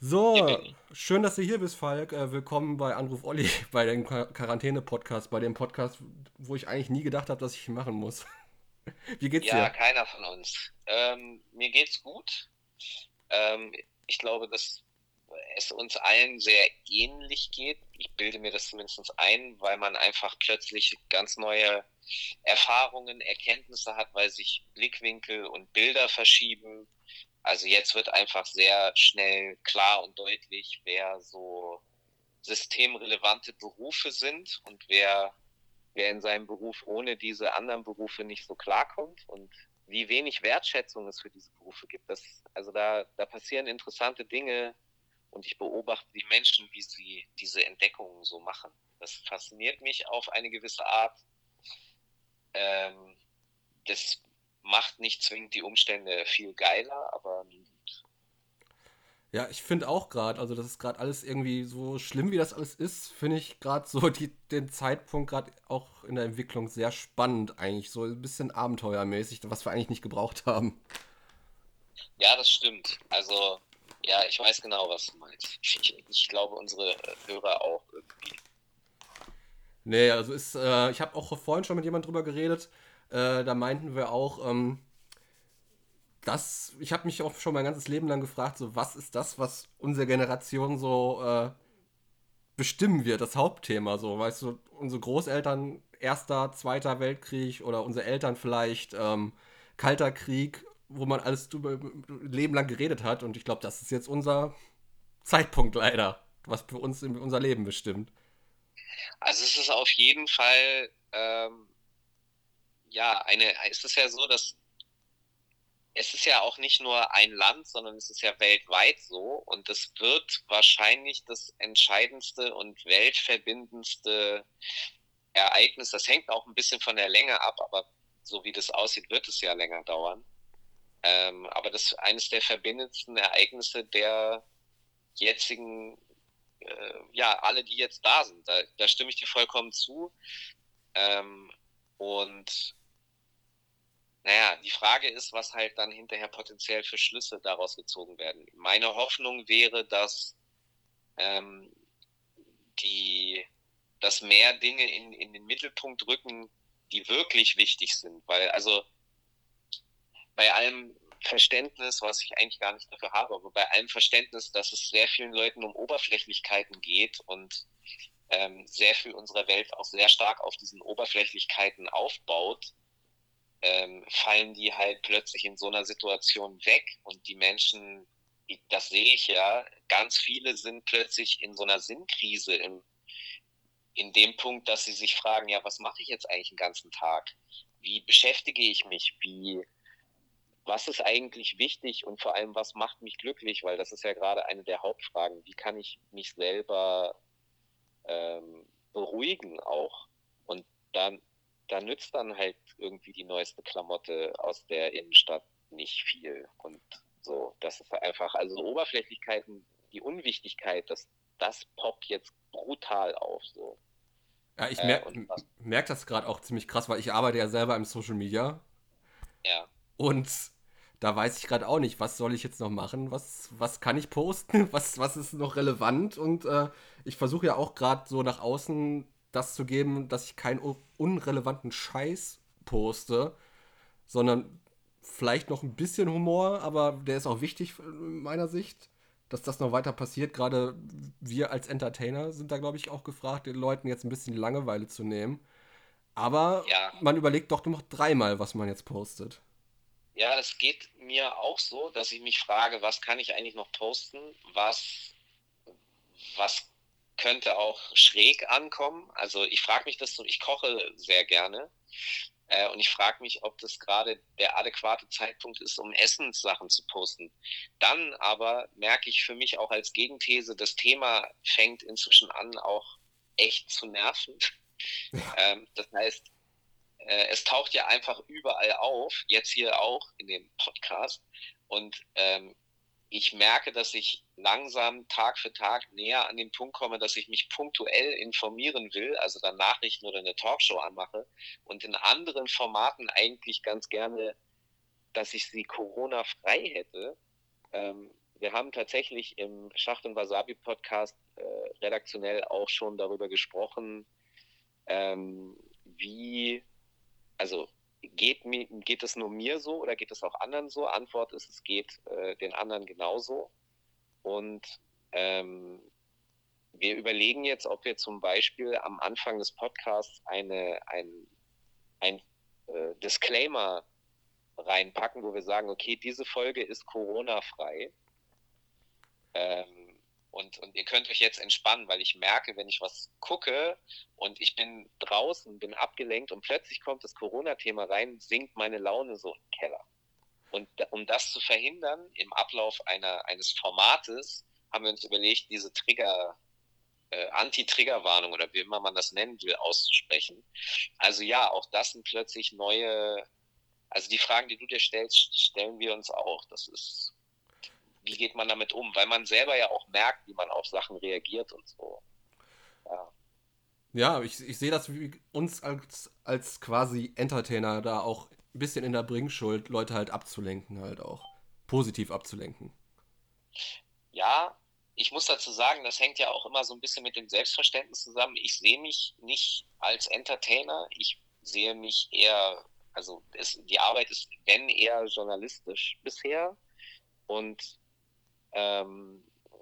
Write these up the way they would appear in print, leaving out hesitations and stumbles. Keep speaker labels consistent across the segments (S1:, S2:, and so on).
S1: Hier bin
S2: So,
S1: ich.
S2: schön, dass du hier bist, Falk. Willkommen bei Anruf Olli, bei dem Quarantäne-Podcast, bei dem Podcast, wo ich eigentlich nie gedacht habe, dass ich ihn machen muss. Wie geht's
S1: Ja,
S2: dir?
S1: keiner von uns. Mir geht's gut. Ich glaube, dass es uns allen sehr ähnlich geht. Ich bilde mir das zumindest ein, weil man einfach plötzlich ganz neue Erfahrungen, Erkenntnisse hat, weil sich Blickwinkel und Bilder verschieben. Also jetzt wird einfach sehr schnell klar und deutlich, wer so systemrelevante Berufe sind und wer in seinem Beruf ohne diese anderen Berufe nicht so klarkommt und wie wenig Wertschätzung es für diese Berufe gibt. Also da passieren interessante Dinge und ich beobachte die Menschen, wie sie diese Entdeckungen so machen. Das fasziniert mich auf eine gewisse Art. Ähm, Das macht nicht zwingend die Umstände viel geiler, aber
S2: Ja, ich finde auch gerade, also das ist gerade alles irgendwie so schlimm, wie das alles ist, finde ich gerade so den Zeitpunkt gerade auch in der Entwicklung sehr spannend eigentlich, so ein bisschen abenteuermäßig, was wir eigentlich nicht gebraucht haben.
S1: ja, das stimmt. Also ja, ich weiß genau, was du meinst. Ich glaube, unsere Hörer auch irgendwie.
S2: Nee, also ich habe auch vorhin schon mit jemand drüber geredet, da meinten wir auch, ich habe mich auch schon mein ganzes Leben lang gefragt, so was ist das, was unsere Generation so bestimmen wird, das Hauptthema, so, weißt du, unsere Großeltern Erster, Zweiter Weltkrieg oder unsere Eltern vielleicht Kalter Krieg, wo man alles drüber Leben lang geredet hat und ich glaube, das ist jetzt unser Zeitpunkt leider, was für uns in unser Leben bestimmt.
S1: Also es ist auf jeden Fall, ja, es ist ja so, dass es ist ja auch nicht nur ein Land, sondern es ist ja weltweit so und es wird wahrscheinlich das entscheidendste und weltverbindendste Ereignis. Das hängt auch ein bisschen von der Länge ab, aber so wie das aussieht, wird es ja länger dauern. Aber das ist eines der verbindendsten Ereignisse der jetzigen, ja, alle, die jetzt da sind. Da stimme ich dir vollkommen zu. Ähm, und naja, die Frage ist, was halt dann hinterher potenziell für Schlüsse daraus gezogen werden. Meine Hoffnung wäre, ähm, die, dass mehr Dinge in den Mittelpunkt rücken, die wirklich wichtig sind. Weil also bei allem Verständnis, was ich eigentlich gar nicht dafür habe, aber bei allem Verständnis, dass es sehr vielen Leuten um Oberflächlichkeiten geht und sehr viel unserer Welt auch sehr stark auf diesen Oberflächlichkeiten aufbaut, fallen die halt plötzlich in so einer Situation weg und die Menschen, das sehe ich ja, ganz viele sind plötzlich in so einer Sinnkrise in dem Punkt, dass sie sich fragen, ja, was mache ich jetzt eigentlich den ganzen Tag? Wie beschäftige ich mich? Was ist eigentlich wichtig und vor allem, was macht mich glücklich? Weil das ist ja gerade eine der Hauptfragen. Wie kann ich mich selber beruhigen auch? Und dann, da nützt dann halt irgendwie die neueste Klamotte aus der Innenstadt nicht viel. Und so, das ist einfach, also Oberflächlichkeiten, die Unwichtigkeit, das poppt jetzt brutal auf. So.
S2: Ja, ich
S1: Und
S2: merk das gerade auch ziemlich krass, weil ich arbeite ja selber im Social Media
S1: ja,
S2: und da weiß ich gerade auch nicht, was soll ich jetzt noch machen, was kann ich posten, was ist noch relevant und ich versuche ja auch gerade so nach außen das zu geben, dass ich keinen unrelevanten Scheiß poste, sondern vielleicht noch ein bisschen Humor, aber der ist auch wichtig in meiner Sicht, dass das noch weiter passiert. Gerade wir als Entertainer sind da, glaube ich, auch gefragt, den Leuten jetzt ein bisschen Langeweile zu nehmen. Aber
S1: ja,
S2: man überlegt doch noch dreimal, was man jetzt postet.
S1: ja, das geht mir auch so, dass ich mich frage, was kann ich eigentlich noch posten? Was könnte auch schräg ankommen? Also ich frage mich das so, ich koche sehr gerne. Und ich frage mich, ob das gerade der adäquate Zeitpunkt ist, um Essenssachen zu posten. Dann aber merke ich für mich auch als Gegenthese, das Thema fängt inzwischen an, auch echt zu nerven. Das heißt, es taucht ja einfach überall auf, jetzt hier auch in dem Podcast. Und ich merke, dass ich langsam Tag für Tag näher an den Punkt komme, dass ich mich punktuell informieren will, also dann Nachrichten oder eine Talkshow anmache und in anderen Formaten eigentlich ganz gerne, dass ich sie Corona-frei hätte, wir haben tatsächlich im Schacht- und Wasabi-Podcast redaktionell auch schon darüber gesprochen, wie, also geht es nur mir so oder geht es auch anderen so? Antwort ist, es geht den anderen genauso. Und wir überlegen jetzt, ob wir zum Beispiel am Anfang des Podcasts ein Disclaimer reinpacken, wo wir sagen, okay, diese Folge ist Corona-frei. Und ihr könnt euch jetzt entspannen, weil ich merke, wenn ich was gucke und ich bin draußen, bin abgelenkt und plötzlich kommt das Corona-Thema rein, sinkt meine Laune so im Keller. Und um das zu verhindern, im Ablauf eines Formates, haben wir uns überlegt, diese Anti-Trigger-Warnung oder wie immer man das nennen will, auszusprechen. Also ja, auch das sind plötzlich also die Fragen, die du dir stellst, stellen wir uns auch. Das ist, wie geht man damit um? Weil man selber ja auch merkt, wie man auf Sachen reagiert und so. Ja,
S2: Ja, ich sehe das wie uns als quasi Entertainer da auch ein bisschen in der Bringschuld, Leute halt abzulenken, halt auch. Positiv abzulenken.
S1: ja, ich muss dazu sagen, das hängt ja auch immer so ein bisschen mit dem Selbstverständnis zusammen. Ich sehe mich nicht als Entertainer. Ich sehe mich eher, also die Arbeit ist, wenn eher journalistisch bisher. Und ähm,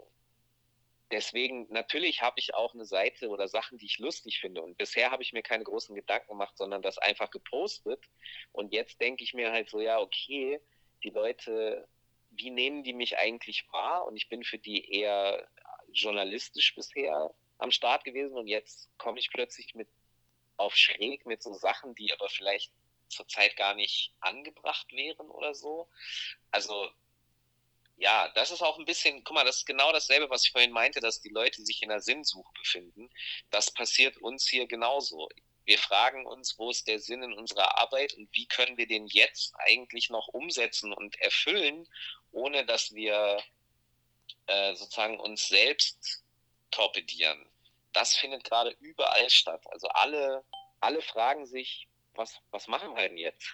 S1: deswegen, natürlich habe ich auch eine Seite oder Sachen, die ich lustig finde. Und bisher habe ich mir keine großen Gedanken gemacht, sondern das einfach gepostet. Und jetzt denke ich mir halt so, ja, okay, die Leute, wie nehmen die mich eigentlich wahr? Und ich bin für die eher journalistisch bisher am Start gewesen. Und jetzt komme ich plötzlich auf schräg mit so Sachen, die aber vielleicht zurzeit gar nicht angebracht wären oder so. Also ja, das ist auch ein bisschen, guck mal, das ist genau dasselbe, was ich vorhin meinte, dass die Leute sich in einer Sinnsuche befinden. Das passiert uns hier genauso. Wir fragen uns, wo ist der Sinn in unserer Arbeit und wie können wir den jetzt eigentlich noch umsetzen und erfüllen, ohne dass wir sozusagen uns selbst torpedieren. Das findet gerade überall statt. Also alle fragen sich, was machen wir denn jetzt?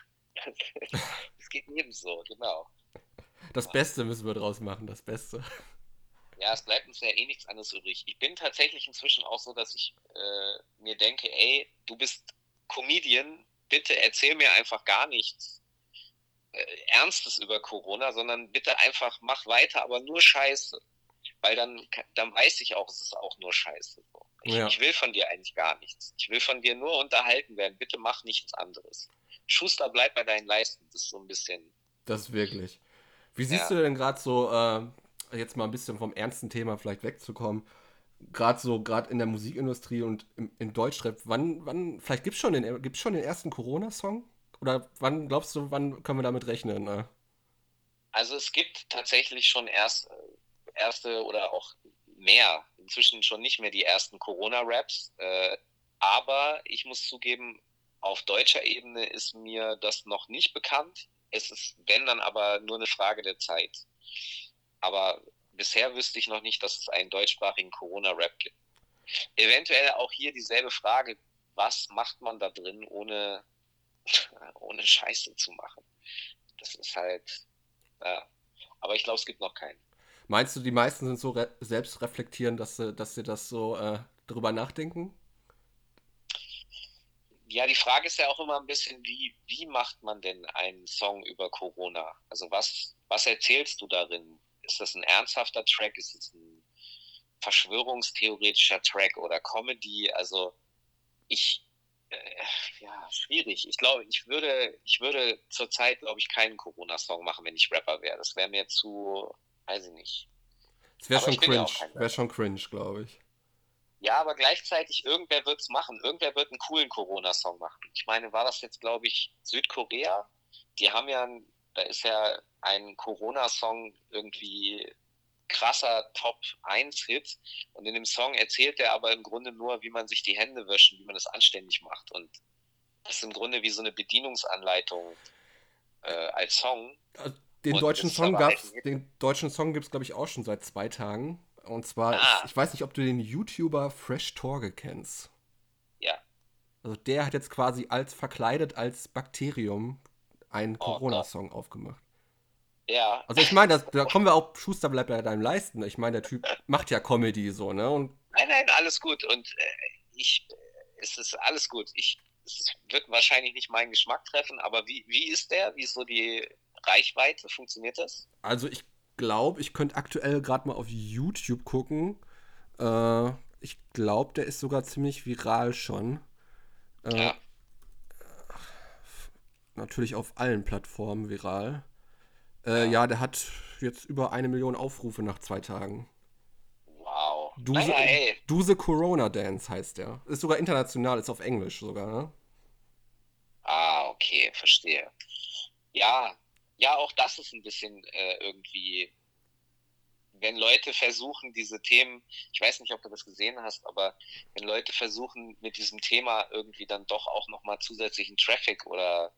S1: Das geht jedem so, genau.
S2: Das Beste müssen wir draus machen, das Beste.
S1: Ja, es bleibt uns ja eh nichts anderes übrig. Ich bin tatsächlich inzwischen auch so, dass ich mir denke, ey, du bist Comedian, bitte erzähl mir einfach gar nichts Ernstes über Corona, sondern bitte einfach mach weiter, aber nur Scheiße. Weil dann weiß ich auch, es ist auch nur Scheiße. So.
S2: Ja,
S1: Ich will von dir eigentlich gar nichts. Ich will von dir nur unterhalten werden. Bitte mach nichts anderes. Schuster, bleib bei deinen Leisten. Das ist so ein bisschen,
S2: das wirklich. Wie siehst
S1: ja.
S2: du denn gerade so, jetzt mal ein bisschen vom ernsten Thema vielleicht wegzukommen, gerade in der Musikindustrie und im Deutschrap, vielleicht gibt's schon den ersten Corona-Song? Oder wann glaubst du, wann können wir damit rechnen?
S1: Also es gibt tatsächlich schon erste oder auch mehr, inzwischen schon nicht mehr die ersten Corona-Raps. Aber ich muss zugeben, auf deutscher Ebene ist mir das noch nicht bekannt. Es ist, wenn dann aber nur eine Frage der Zeit. Aber bisher wüsste ich noch nicht, dass es einen deutschsprachigen Corona-Rap gibt. Eventuell auch hier dieselbe Frage, was macht man da drin, ohne Scheiße zu machen? Das ist halt, ja. Aber ich glaube, es gibt noch keinen.
S2: Meinst du, die meisten sind so selbstreflektierend, dass sie das so drüber nachdenken?
S1: Ja, die Frage ist ja auch immer ein bisschen, wie macht man denn einen Song über Corona? Also was erzählst du darin? Ist das ein ernsthafter Track? Ist es ein verschwörungstheoretischer Track oder Comedy? Also ich, ja, schwierig. Ich glaube, ich würde zurzeit, glaube ich, keinen Corona-Song machen, wenn ich Rapper wäre. Das wäre mir zu, weiß ich nicht.
S2: Es wäre
S1: Aber
S2: schon
S1: ich bin ja
S2: cringe,
S1: auch kein
S2: wäre
S1: Rapper.
S2: schon cringe, glaube ich.
S1: Ja, aber gleichzeitig, irgendwer wird es machen. Irgendwer wird einen coolen Corona-Song machen. Ich meine, war das jetzt, glaube ich, Südkorea? Die haben ja, da ist ja ein Corona-Song irgendwie krasser Top-1-Hit. Und in dem Song erzählt er aber im Grunde nur, wie man sich die Hände wäscht, wie man das anständig macht. Und das ist im Grunde wie so eine Bedienungsanleitung als Song.
S2: Also,
S1: Und es ist aber halt ein Hit.
S2: Den deutschen Song gibt es, glaube ich, auch schon seit 2 Tagen. Und zwar,
S1: Ah,
S2: ich weiß nicht, ob du den YouTuber Fresh Torge kennst.
S1: ja.
S2: Also der hat jetzt quasi verkleidet als Bakterium einen
S1: Oh Gott.
S2: Corona-Song aufgemacht.
S1: Ja.
S2: Also ich meine, da kommen wir auch, Schuster bleibt bei deinem Leisten. Ich meine, der Typ macht ja Comedy so, ne? Und
S1: Nein, nein, alles gut. Und ich, es ist alles gut. Es wird wahrscheinlich nicht meinen Geschmack treffen, aber wie ist der? Wie ist so die Reichweite? Funktioniert das?
S2: also ich glaube, ich könnte aktuell gerade mal auf YouTube gucken. Äh, Ich glaube, der ist sogar ziemlich viral schon. Äh,
S1: Ja.
S2: Natürlich auf allen Plattformen viral.
S1: Ja.
S2: Ja, der hat jetzt über 1 Million Aufrufe nach 2 Tagen.
S1: Wow.
S2: Duse,
S1: Naja, ey.
S2: Duse Corona Dance heißt der. Ist sogar international, ist auf Englisch sogar, ne?
S1: Ah, okay, verstehe. Ja, ja, auch das ist ein bisschen irgendwie, wenn Leute versuchen, diese Themen, ich weiß nicht, ob du das gesehen hast, aber wenn Leute versuchen, mit diesem Thema irgendwie dann doch auch nochmal zusätzlichen Traffic oder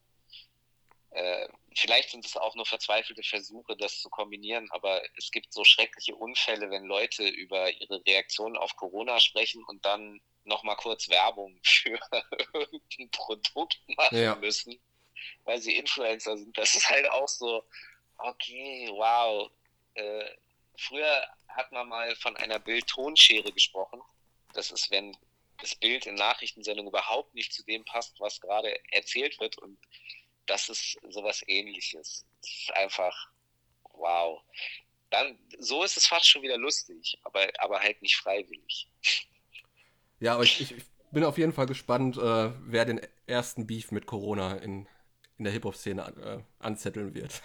S1: vielleicht sind es auch nur verzweifelte Versuche, das zu kombinieren, aber es gibt so schreckliche Unfälle, wenn Leute über ihre Reaktion auf Corona sprechen und dann nochmal kurz Werbung für irgendein Produkt machen
S2: Ja.
S1: müssen, weil sie Influencer sind. Das ist halt auch so, okay, wow. Äh, Früher hat man mal von einer Bild-Tonschere gesprochen. Das ist, wenn das Bild in Nachrichtensendungen überhaupt nicht zu dem passt, was gerade erzählt wird. Und das ist sowas Ähnliches. Das ist einfach, wow. Dann, so ist es fast schon wieder lustig, aber halt nicht freiwillig.
S2: Ja, aber ich bin auf jeden Fall gespannt, wer den ersten Beef mit Corona in der Hip-Hop-Szene anzetteln wird.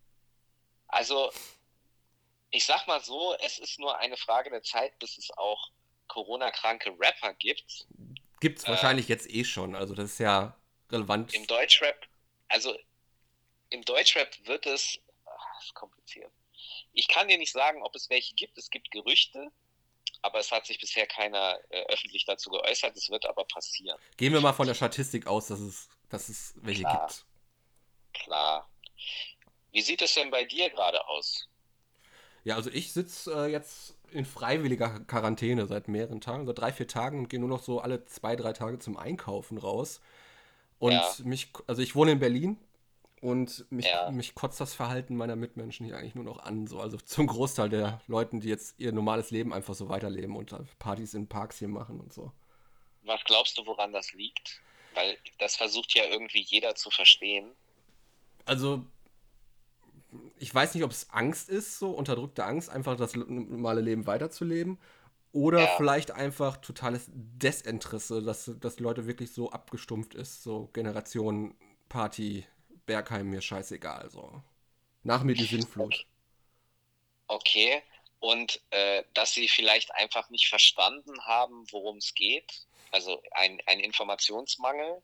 S1: Also, ich sag mal so, es ist nur eine Frage der Zeit, bis es auch Corona-kranke Rapper gibt.
S2: Gibt's
S1: Ähm,
S2: wahrscheinlich jetzt eh schon, also das ist ja relevant.
S1: Im Deutschrap, also im Deutschrap wird es, das ist kompliziert. Ich kann dir nicht sagen, ob es welche gibt. Es gibt Gerüchte, aber es hat sich bisher keiner öffentlich dazu geäußert. Es wird aber passieren,
S2: Gehen wir mal von der
S1: definitiv.
S2: Statistik aus, dass es welche
S1: Klar,
S2: gibt.
S1: klar. Wie sieht es denn bei dir gerade aus?
S2: Ja, also ich sitze jetzt in freiwilliger Quarantäne seit mehreren Tagen, seit 3, 4 Tagen und gehe nur noch so alle 2, 3 Tage zum Einkaufen raus.
S1: Ja,
S2: Und also ich wohne in Berlin und
S1: ja,
S2: mich kotzt das Verhalten meiner Mitmenschen hier eigentlich nur noch an. So. Also zum Großteil der Leuten, die jetzt ihr normales Leben einfach so weiterleben und Partys in Parks hier machen und so.
S1: was glaubst du, woran das liegt? Weil das versucht ja irgendwie jeder zu verstehen.
S2: Also ich weiß nicht, ob es Angst ist, so unterdrückte Angst, einfach das normale Leben weiterzuleben. Oder
S1: Ja,
S2: vielleicht einfach totales Desinteresse, dass die Leute wirklich so abgestumpft ist, so Generation Party, Bergheim, mir scheißegal, so. Nach mir die Sinnflut.
S1: okay. Okay. Und dass sie vielleicht einfach nicht verstanden haben, worum es geht. Also ein Informationsmangel.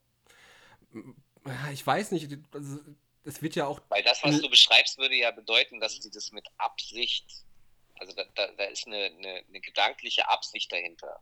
S2: Ja, ich weiß nicht, also, es wird ja auch
S1: Weil das, was
S2: in,
S1: du beschreibst, würde ja bedeuten, dass sie das mit Absicht, also da ist eine gedankliche Absicht dahinter.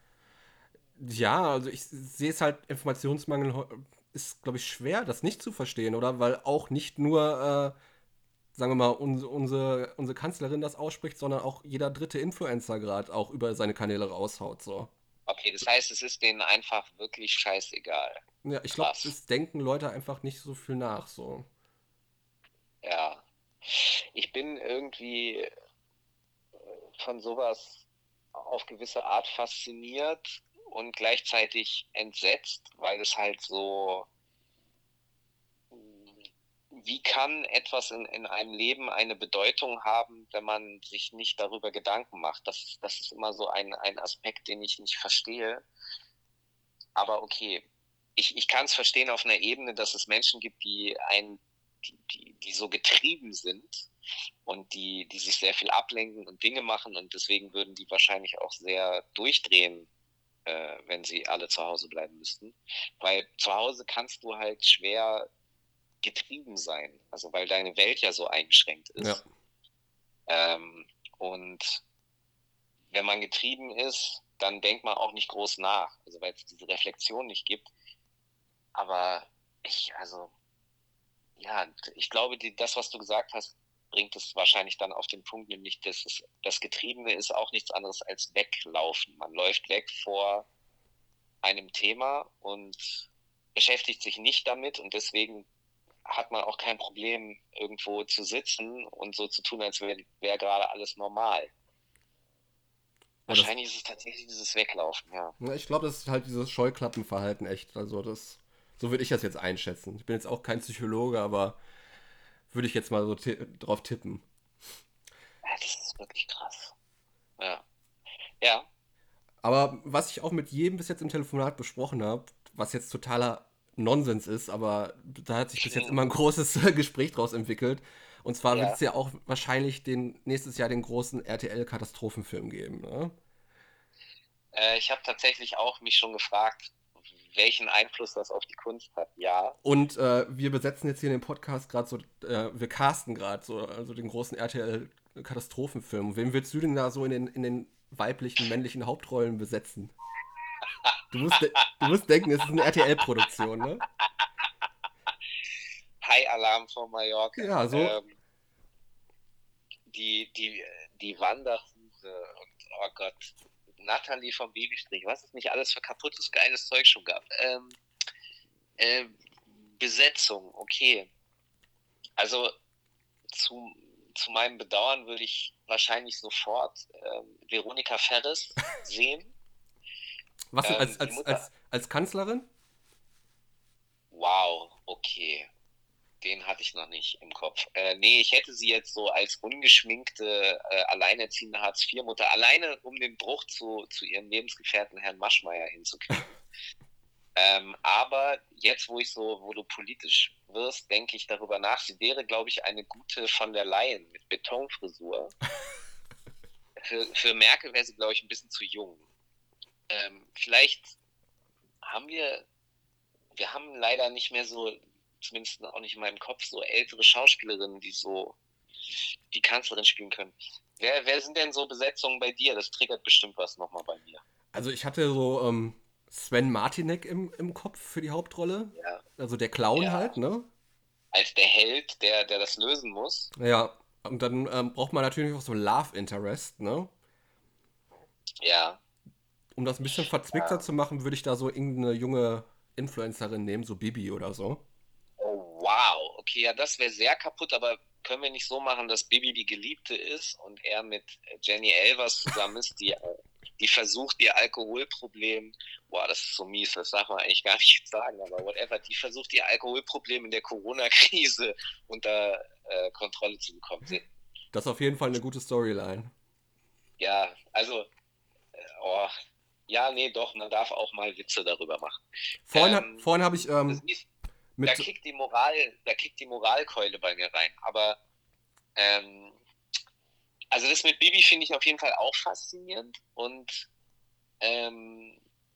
S2: ja, also ich sehe es halt, Informationsmangel ist, glaube ich, schwer, das nicht zu verstehen, oder? Weil auch nicht nur, sagen wir mal, unsere Kanzlerin das ausspricht, sondern auch jeder dritte Influencer gerade auch über seine Kanäle raushaut, so.
S1: Okay, das heißt, es ist denen einfach wirklich scheißegal.
S2: Ja, ich glaube,
S1: Krass.
S2: das denken Leute einfach nicht so viel nach, so.
S1: Ja. Ich bin irgendwie von sowas auf gewisse Art fasziniert und gleichzeitig entsetzt, weil es halt so, wie kann etwas in einem Leben eine Bedeutung haben, wenn man sich nicht darüber Gedanken macht? Das ist immer so ein Aspekt, den ich nicht verstehe. Aber okay, ich kann es verstehen auf einer Ebene, dass es Menschen gibt, die so getrieben sind und die sich sehr viel ablenken und Dinge machen und deswegen würden die wahrscheinlich auch sehr durchdrehen, wenn sie alle zu Hause bleiben müssten. Weil zu Hause kannst du halt schwer getrieben sein, also weil deine Welt ja so eingeschränkt
S2: Ja.
S1: ist. Und wenn man getrieben ist, dann denkt man auch nicht groß nach, also weil es diese Reflexion nicht gibt. Aber also, ja, ich glaube, das, was du gesagt hast, bringt es wahrscheinlich dann auf den Punkt, nämlich das Getriebene ist auch nichts anderes als weglaufen. Man läuft weg vor einem Thema und beschäftigt sich nicht damit und deswegen hat man auch kein Problem, irgendwo zu sitzen und so zu tun, als wär gerade alles normal.
S2: Und das,
S1: Wahrscheinlich ist es tatsächlich dieses Weglaufen, ja.
S2: ja, ich glaube, das ist halt dieses Scheuklappenverhalten echt. Also das, so würde ich das jetzt einschätzen. Ich bin jetzt auch kein Psychologe, aber würde ich jetzt mal so drauf tippen.
S1: Ja, das ist wirklich krass. Ja. Ja.
S2: Aber was ich auch mit jedem bis jetzt im Telefonat besprochen habe, was jetzt totaler Nonsens ist, aber da hat sich bis jetzt immer ein großes Gespräch draus entwickelt. Und zwar wird es
S1: Ja.
S2: ja auch wahrscheinlich nächstes Jahr den großen RTL-Katastrophenfilm geben. Ne?
S1: Ich habe tatsächlich auch mich schon gefragt, welchen Einfluss das auf die Kunst hat. Ja.
S2: Und wir besetzen jetzt hier in dem Podcast gerade so, wir casten gerade so, also den großen RTL-Katastrophenfilm. Wen willst du denn da so in den weiblichen, männlichen Hauptrollen besetzen? Du musst denken, es ist eine RTL-Produktion, ne?
S1: High Alarm von Mallorca.
S2: Ja, so.
S1: Die, die, die Wanderhure und oh Gott, Natalie vom Babystrich, was es nicht alles für kaputtes, geiles Zeug schon gab. Äh, Besetzung, okay. Also zu, zu meinem Bedauern würde ich wahrscheinlich sofort Veronika Ferres sehen.
S2: Was denn
S1: Die Mutter,
S2: als Kanzlerin?
S1: wow, okay. Den hatte ich noch nicht im Kopf. Nee, ich hätte sie jetzt so als ungeschminkte, alleinerziehende Hartz-IV-Mutter, alleine um den Bruch zu ihrem Lebensgefährten Herrn Maschmeyer hinzukriegen. Aber jetzt, wo du politisch wirst, denke ich darüber nach. Sie wäre, glaube ich, eine gute von der Leyen mit Betonfrisur. Für Merkel wäre sie, glaube ich, ein bisschen zu jung. Vielleicht haben wir haben leider nicht mehr so, zumindest auch nicht in meinem Kopf, so ältere Schauspielerinnen, die so die Kanzlerin spielen können. Wer sind denn so Besetzungen bei dir? Das triggert bestimmt was nochmal bei mir.
S2: Also ich hatte so Sven Martinek im Kopf für die Hauptrolle.
S1: Ja,
S2: Also der Clown
S1: ja.
S2: halt, ne?
S1: Als der Held, der das lösen muss.
S2: Ja. Und dann braucht man natürlich auch so Love Interest, ne?
S1: Ja,
S2: Um das ein bisschen verzwickter
S1: ja.
S2: zu machen, würde ich da so irgendeine junge Influencerin nehmen, so Bibi oder so.
S1: Oh, wow. Okay, ja, das wäre sehr kaputt, aber können wir nicht so machen, dass Bibi die Geliebte ist und er mit Jenny Elvers zusammen ist, die versucht, ihr Alkoholproblem, boah, das ist so mies, das darf man eigentlich gar nicht sagen, aber whatever, die versucht, ihr Alkoholproblem in der Corona-Krise unter Kontrolle zu bekommen.
S2: Das ist auf jeden Fall eine gute Storyline.
S1: Ja, also, oh, ja, nee, doch, man darf auch mal Witze darüber machen.
S2: Vorhin habe ich
S1: Siehst,
S2: mit.
S1: da kickt die Moralkeule bei mir rein. Aber ähm, also das mit Bibi finde ich auf jeden Fall auch faszinierend und ähm,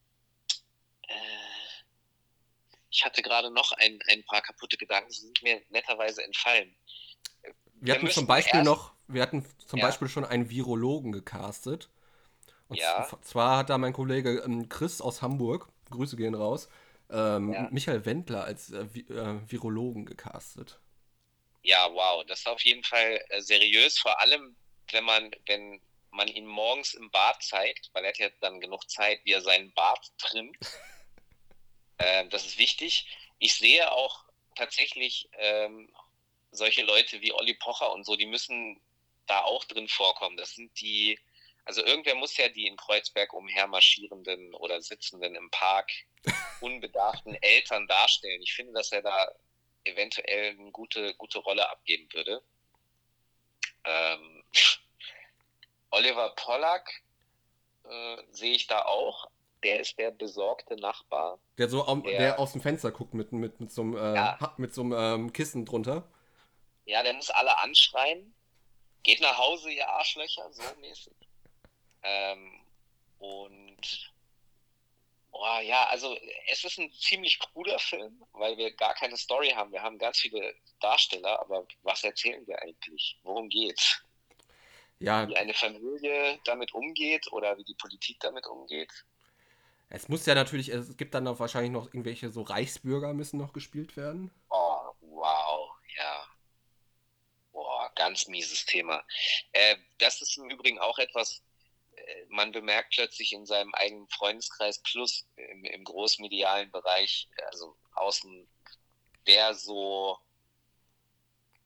S1: äh, ich hatte gerade noch ein paar kaputte Gedanken, die sind mir netterweise entfallen. Wir müssten erst,
S2: Wir hatten zum
S1: ja,
S2: Beispiel schon einen Virologen gecastet. Und
S1: ja,
S2: zwar hat da mein Kollege Chris aus Hamburg, Grüße gehen raus,
S1: ja,
S2: Michael Wendler als Virologen gecastet.
S1: ja, wow, das ist auf jeden Fall seriös, vor allem wenn man ihn morgens im Bad zeigt, weil er hat ja dann genug Zeit, wie er seinen Bart trimmt. Das ist wichtig. Ich sehe auch tatsächlich solche Leute wie Olli Pocher und so, die müssen da auch drin vorkommen. Das sind die, also irgendwer muss ja die in Kreuzberg umhermarschierenden oder sitzenden im Park unbedarften Eltern darstellen. Ich finde, dass er da eventuell eine gute Rolle abgeben würde. Ähm, Oliver Pollack sehe ich da auch. Der ist der besorgte Nachbar.
S2: Der
S1: Der,
S2: aus dem Fenster guckt
S1: ja,
S2: mit so einem Kissen drunter.
S1: ja, der muss alle anschreien. Geht nach Hause, ihr Arschlöcher, so mäßig. Ähm, und oh, ja, also es ist ein ziemlich kruder Film, weil wir gar keine Story haben. Wir haben ganz viele Darsteller, aber was erzählen wir eigentlich? Worum geht's?
S2: Ja,
S1: Wie eine Familie damit umgeht oder wie die Politik damit umgeht?
S2: es muss ja natürlich, es gibt dann auch wahrscheinlich noch irgendwelche so Reichsbürger müssen noch gespielt werden.
S1: Oh, wow, ja. Boah, ganz mieses Thema. Das ist im Übrigen auch etwas, man bemerkt plötzlich in seinem eigenen Freundeskreis plus im großmedialen Bereich, also außen, wer so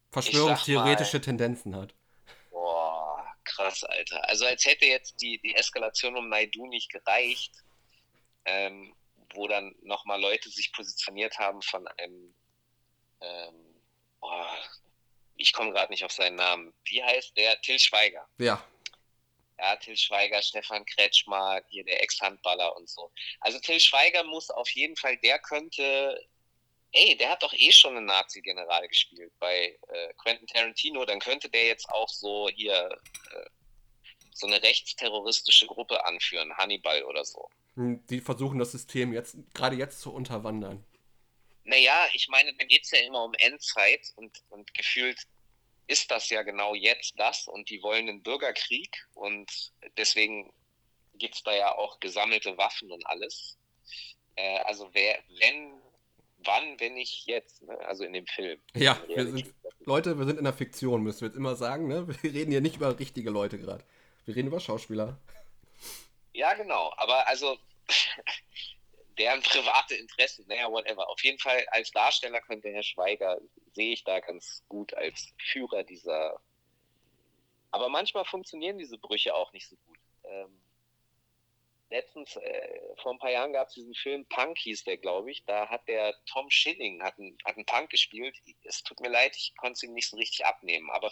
S1: ich sag mal,
S2: Verschwörungstheoretische Tendenzen hat.
S1: boah, krass, Alter. Also als hätte jetzt die Eskalation um Naidu nicht gereicht, ähm, wo dann nochmal Leute sich positioniert haben von einem, ähm, boah, ich komme gerade nicht auf seinen Namen. Wie heißt der? Till Schweiger.
S2: Ja,
S1: Ja, Till Schweiger, Stefan Kretschmer, hier der Ex-Handballer und so. Also Till Schweiger muss auf jeden Fall, der könnte, ey, der hat doch eh schon einen Nazi-General gespielt bei Quentin Tarantino, dann könnte der jetzt auch so hier so eine rechtsterroristische Gruppe anführen, Hannibal oder so.
S2: die versuchen das System jetzt, gerade jetzt zu unterwandern.
S1: Naja, ich meine, da geht es ja immer um Endzeit und gefühlt ist das ja genau jetzt das und die wollen einen Bürgerkrieg und deswegen gibt es da ja auch gesammelte Waffen und alles. Also wann, wenn nicht jetzt, ne? Also in dem Film.
S2: Ja,
S1: In Realität.
S2: Leute, wir sind in der Fiktion, müssen wir jetzt immer sagen, ne? Wir reden hier nicht über richtige Leute gerade. Wir reden über Schauspieler.
S1: Ja, genau. Aber also deren private Interessen, naja, whatever. Auf jeden Fall als Darsteller könnte Herr Schweiger, sehe ich da ganz gut als Führer dieser. Aber manchmal funktionieren diese Brüche auch nicht so gut. Letztens, vor ein paar Jahren gab es diesen Film Punk, hieß der, glaube ich. Da hat der Tom Schilling, hat einen Punk gespielt. Es tut mir leid, ich konnte es ihm nicht so richtig abnehmen. Aber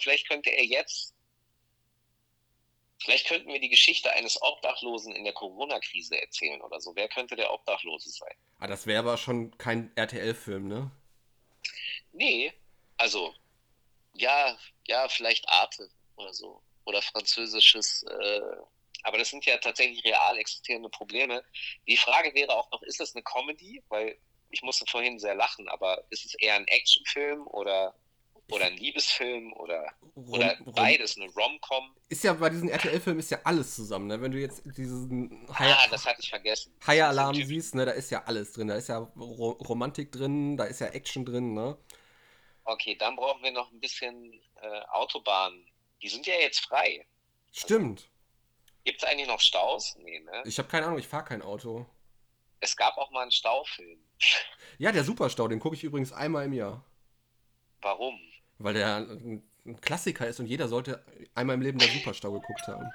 S1: vielleicht könnten wir die Geschichte eines Obdachlosen in der Corona-Krise erzählen oder so. Wer könnte der Obdachlose sein?
S2: Ah, das wäre aber schon kein RTL-Film, ne?
S1: Nee, also, ja, ja, vielleicht Arte oder so. Oder französisches, aber das sind ja tatsächlich real existierende Probleme. Die Frage wäre auch noch, ist das eine Comedy? Weil ich musste vorhin sehr lachen, aber ist es eher ein Actionfilm
S2: Ich,
S1: oder ein Liebesfilm
S2: rom,
S1: oder
S2: rom,
S1: beides, eine Rom-Com?
S2: ist ja bei diesen RTL-Filmen ist ja alles zusammen, ne? Wenn du jetzt diesen
S1: Ah, das hatte ich vergessen. Das sind diese
S2: High-Alarm
S1: typischen.
S2: siehst, ne, da ist ja alles drin. Da ist ja Romantik drin, da ist ja Action drin, ne?
S1: Okay, dann brauchen wir noch ein bisschen Autobahnen. Die sind ja jetzt frei. Also,
S2: Stimmt.
S1: gibt es eigentlich noch Staus? Nee, ne?
S2: Ich habe keine Ahnung, ich fahre kein Auto.
S1: Es gab auch mal einen Staufilm.
S2: Ja, der Superstau, den gucke ich übrigens einmal im Jahr.
S1: Warum?
S2: Weil der ein Klassiker ist und jeder sollte einmal im Leben der Superstau geguckt haben.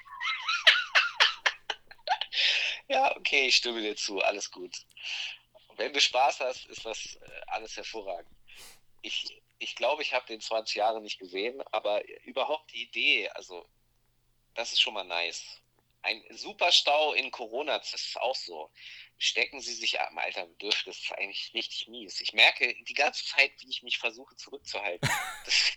S1: Ja, okay, ich stimme dir zu. Alles gut. Wenn du Spaß hast, ist das alles hervorragend. Ich glaube, ich habe den 20 Jahre nicht gesehen, aber überhaupt die Idee, also das ist schon mal nice. Ein Superstau in Corona, das ist auch so. Stecken Sie sich am Alter dürfte, das ist eigentlich richtig mies. Ich merke die ganze Zeit, wie ich mich versuche zurückzuhalten. Das,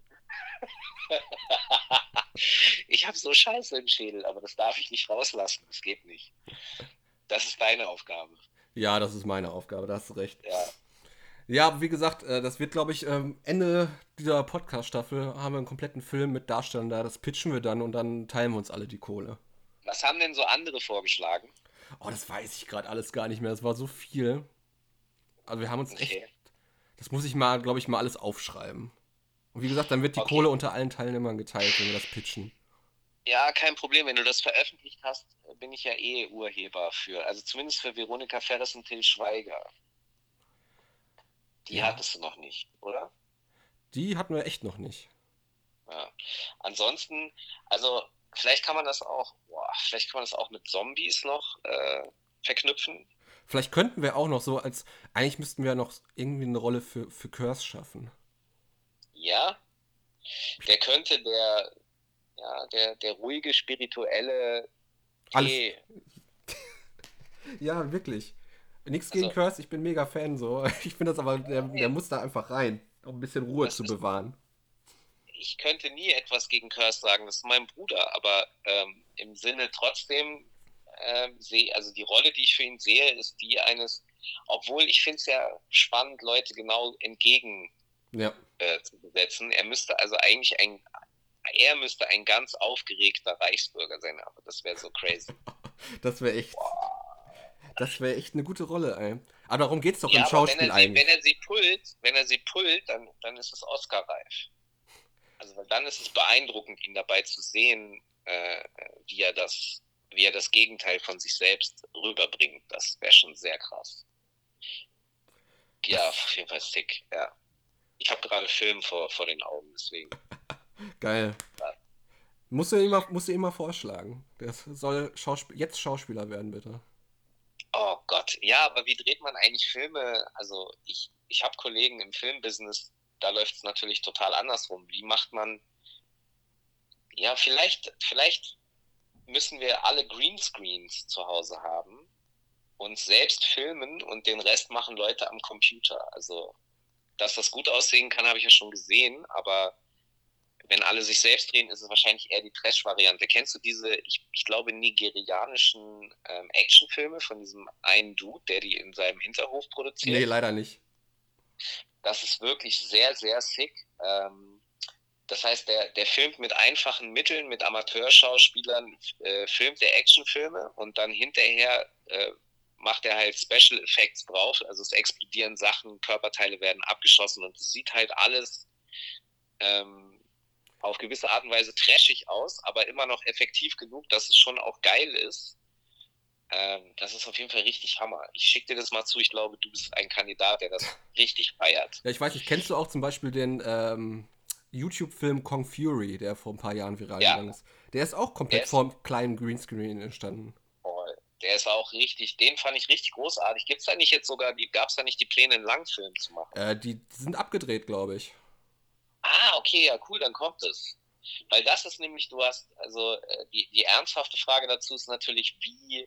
S1: ich habe so Scheiße im Schädel, aber das darf ich nicht rauslassen. Das geht nicht. Das ist deine Aufgabe.
S2: Ja, das ist meine Aufgabe, da hast du recht.
S1: Ja.
S2: Ja, aber wie gesagt, das wird, glaube ich, Ende dieser Podcast-Staffel haben wir einen kompletten Film mit Darstellern da. Das pitchen wir dann und dann teilen wir uns alle die Kohle.
S1: Was haben denn so andere vorgeschlagen?
S2: Oh, das weiß ich gerade alles gar nicht mehr. Das war so viel. Also wir haben uns echt.
S1: Okay.
S2: Das muss ich mal, glaube ich, mal alles aufschreiben. Und wie gesagt, dann wird die Kohle
S1: Okay.
S2: unter allen Teilnehmern geteilt, wenn wir das pitchen.
S1: Ja, kein Problem. Wenn du das veröffentlicht hast, bin ich ja eh Urheber für. Also zumindest für Veronika Ferres und Till Schweiger. Die
S2: Ja,
S1: hattest du noch nicht, oder?
S2: die hatten wir echt noch nicht.
S1: Ja. Ansonsten, also vielleicht kann man das auch mit Zombies noch verknüpfen.
S2: Vielleicht könnten wir auch noch so als. Eigentlich müssten wir noch irgendwie eine Rolle für Curse schaffen.
S1: Ja, der könnte der ruhige, spirituelle
S2: Alles.
S1: Tee,
S2: Ja, wirklich. Nichts gegen
S1: also
S2: Curse, ich bin mega Fan so. Ich finde das aber, der
S1: nee,
S2: muss da einfach rein, um ein bisschen Ruhe
S1: das
S2: zu
S1: ist,
S2: bewahren.
S1: ich könnte nie etwas gegen Curse sagen, das ist mein Bruder, aber im Sinne trotzdem also die Rolle, die ich für ihn sehe, ist die eines, obwohl ich finde es ja spannend, Leute genau entgegen
S2: Ja,
S1: zu besetzen. Er müsste ein ganz aufgeregter Reichsbürger sein, aber das wäre so crazy.
S2: das wäre echt. Das wäre echt eine gute Rolle, ey. Aber darum geht's doch im
S1: Ja, aber wenn
S2: Schauspiel
S1: er sie, wenn
S2: eigentlich.
S1: er sie pullt, dann ist es Oscar-reif. Also weil dann ist es beeindruckend, ihn dabei zu sehen, wie er das Gegenteil von sich selbst rüberbringt. Das wäre schon sehr krass. Ja,
S2: Das,
S1: auf jeden Fall sick, ja. Ich habe gerade Film vor den Augen, deswegen.
S2: Geil. Musst du ihm mal vorschlagen. Der soll jetzt Schauspieler werden, bitte.
S1: Oh Gott, ja, aber wie dreht man eigentlich Filme? Also ich habe Kollegen im Filmbusiness, da läuft es natürlich total andersrum. Wie macht man, ja, vielleicht müssen wir alle Greenscreens zu Hause haben, uns selbst filmen und den Rest machen Leute am Computer. Also, dass das gut aussehen kann, habe ich ja schon gesehen, aber wenn alle sich selbst drehen, ist es wahrscheinlich eher die Trash-Variante. Kennst du diese, ich glaube, nigerianischen Actionfilme von diesem einen Dude, der die in seinem Hinterhof
S2: Nee,
S1: produziert?
S2: leider nicht.
S1: Das ist wirklich sehr, sehr sick. Das heißt, der filmt mit einfachen Mitteln, mit Amateurschauspielern, filmt der Actionfilme und dann hinterher macht er halt Special Effects drauf. Also es explodieren Sachen, Körperteile werden abgeschossen und es sieht halt alles ähm, auf gewisse Art und Weise trashig aus, aber immer noch effektiv genug, dass es schon auch geil ist. Das ist auf jeden Fall richtig Hammer. Ich schicke dir das mal zu. Ich glaube, du bist ein Kandidat, der das richtig feiert.
S2: Ja, ich weiß nicht, kennst du auch zum Beispiel den YouTube-Film Kong Fury, der vor ein paar Jahren viral
S1: Ja,
S2: gegangen ist? Der ist auch
S1: der
S2: komplett
S1: ist
S2: vor einem kleinen Greenscreen entstanden.
S1: voll. Der ist auch richtig, den fand ich richtig großartig. Gibt's da nicht jetzt sogar, gab's da nicht die Pläne, einen Langfilm zu machen?
S2: Die sind abgedreht, glaube ich.
S1: Ah, okay, ja, cool, dann kommt es. Weil das ist nämlich, du hast, also die ernsthafte Frage dazu ist natürlich,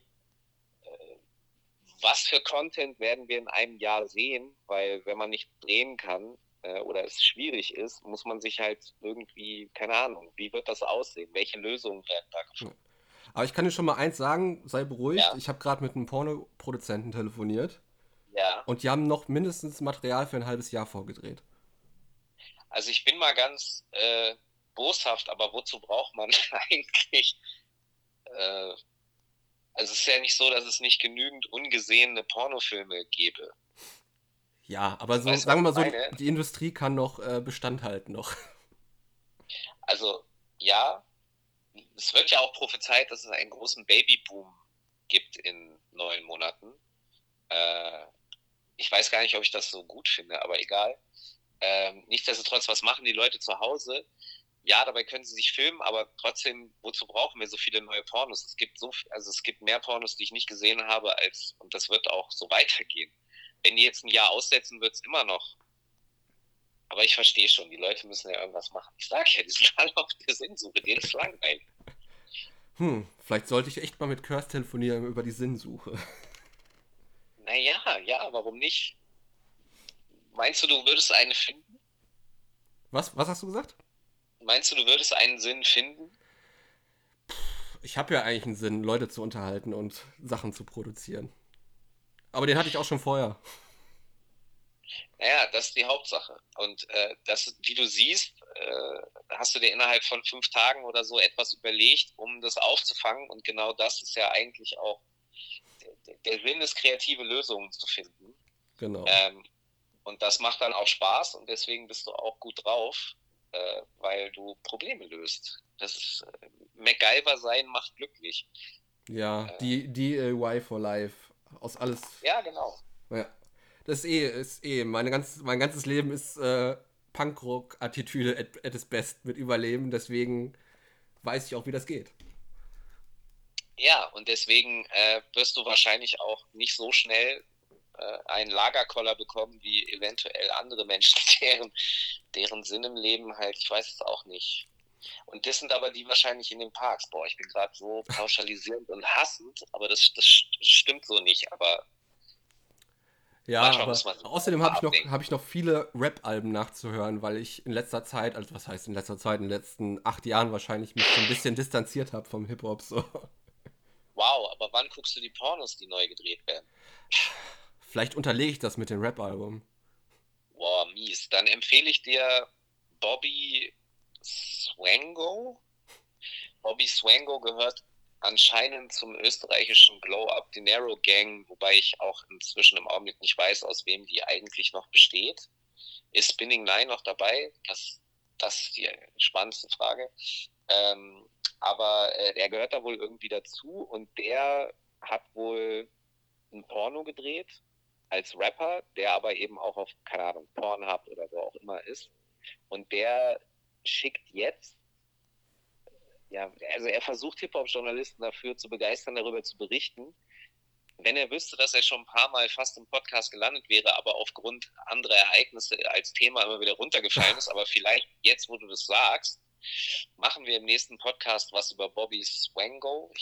S1: was für Content werden wir in einem Jahr sehen? Weil wenn man nicht drehen kann oder es schwierig ist, muss man sich halt irgendwie, keine Ahnung, wie wird das aussehen? Welche Lösungen werden da
S2: Ja.
S1: gefunden?
S2: Aber ich kann dir schon mal eins sagen, sei beruhigt.
S1: Ja,
S2: Ich habe gerade mit einem Pornoproduzenten telefoniert
S1: ja.
S2: und die haben noch mindestens Material für ein halbes Jahr vorgedreht.
S1: Also ich bin mal ganz boshaft, aber wozu braucht man eigentlich äh, also es ist ja nicht so, dass es nicht genügend ungesehene Pornofilme gäbe.
S2: Ja, aber so,
S1: Weißt du,
S2: sagen
S1: was
S2: wir
S1: ich
S2: mal so,
S1: meine?
S2: die Industrie kann noch Bestand halten noch.
S1: Also ja, es wird ja auch prophezeit, dass es einen großen Babyboom gibt in 9 Monaten. Äh, ich weiß gar nicht, ob ich das so gut finde, aber egal. Nichtsdestotrotz, was machen die Leute zu Hause? Ja, dabei können sie sich filmen, aber trotzdem, wozu brauchen wir so viele neue Pornos? Es gibt also es gibt mehr Pornos, die ich nicht gesehen habe, und das wird auch so weitergehen. Wenn die jetzt ein Jahr aussetzen, wird es immer noch. Aber ich verstehe schon, die Leute müssen ja irgendwas machen. Ich sag ja, die sind alle auf der Sinnsuche, denen ist langweilig.
S2: Vielleicht sollte ich echt mal mit Curse telefonieren über die Sinnsuche.
S1: Naja, ja, warum nicht? Meinst du würdest einen finden?
S2: Was hast du gesagt?
S1: Meinst du würdest einen Sinn finden?
S2: Ich habe ja eigentlich einen Sinn, Leute zu unterhalten und Sachen zu produzieren. Aber den hatte ich auch schon vorher.
S1: Naja, das ist die Hauptsache. Und wie du siehst, hast du dir innerhalb von 5 Tagen oder so etwas überlegt, um das aufzufangen. Und genau das ist ja eigentlich auch der Sinn ist, kreative Lösungen zu finden.
S2: Genau.
S1: Ähm, und das macht dann auch Spaß und deswegen bist du auch gut drauf, weil du Probleme löst. Das ist MacGyver sein macht glücklich.
S2: Ja,
S1: Äh,
S2: die DIY for Life. Aus alles.
S1: ja, genau.
S2: Ja. Mein ganzes Leben ist Punkrock-Attitüde at its best mit Überleben. Deswegen weiß ich auch, wie das geht.
S1: Ja, und deswegen wirst du wahrscheinlich auch nicht so schnell einen Lagerkoller bekommen wie eventuell andere Menschen, deren Sinn im Leben halt, ich weiß es auch nicht. Und das sind aber die wahrscheinlich in den Parks. Boah, ich bin gerade so pauschalisierend und hassend, aber das stimmt so nicht. Aber
S2: Ja,
S1: manchmal
S2: aber
S1: muss man sich auch
S2: außerdem
S1: mal
S2: hab
S1: ablenken.
S2: ich noch viele Rap-Alben nachzuhören, weil ich in letzter Zeit, also was heißt in letzter Zeit, in den letzten 8 Jahren wahrscheinlich mich so ein bisschen distanziert habe vom Hip-Hop. So.
S1: Wow, aber wann guckst du die Pornos, die neu gedreht werden?
S2: Vielleicht unterlege ich das mit dem Rap-Album.
S1: Boah, mies. Dann empfehle ich dir Bobby Swango. Bobby Swango gehört anscheinend zum österreichischen Glow-Up Dinero Gang, wobei ich auch inzwischen im Augenblick nicht weiß, aus wem die eigentlich noch besteht. Ist Spinning Nine noch dabei? Das ist die spannendste Frage. Aber der gehört da wohl irgendwie dazu und der hat wohl ein Porno gedreht als Rapper, der aber eben auch auf, keine Ahnung, Pornhub oder wo auch immer ist. Und der schickt jetzt, ja, also er versucht Hip-Hop-Journalisten dafür zu begeistern, darüber zu berichten. Wenn er wüsste, dass er schon ein paar Mal fast im Podcast gelandet wäre, aber aufgrund anderer Ereignisse als Thema immer wieder runtergefallen ist, aber vielleicht jetzt, wo du das sagst, machen wir im nächsten Podcast was über Bobby Swango.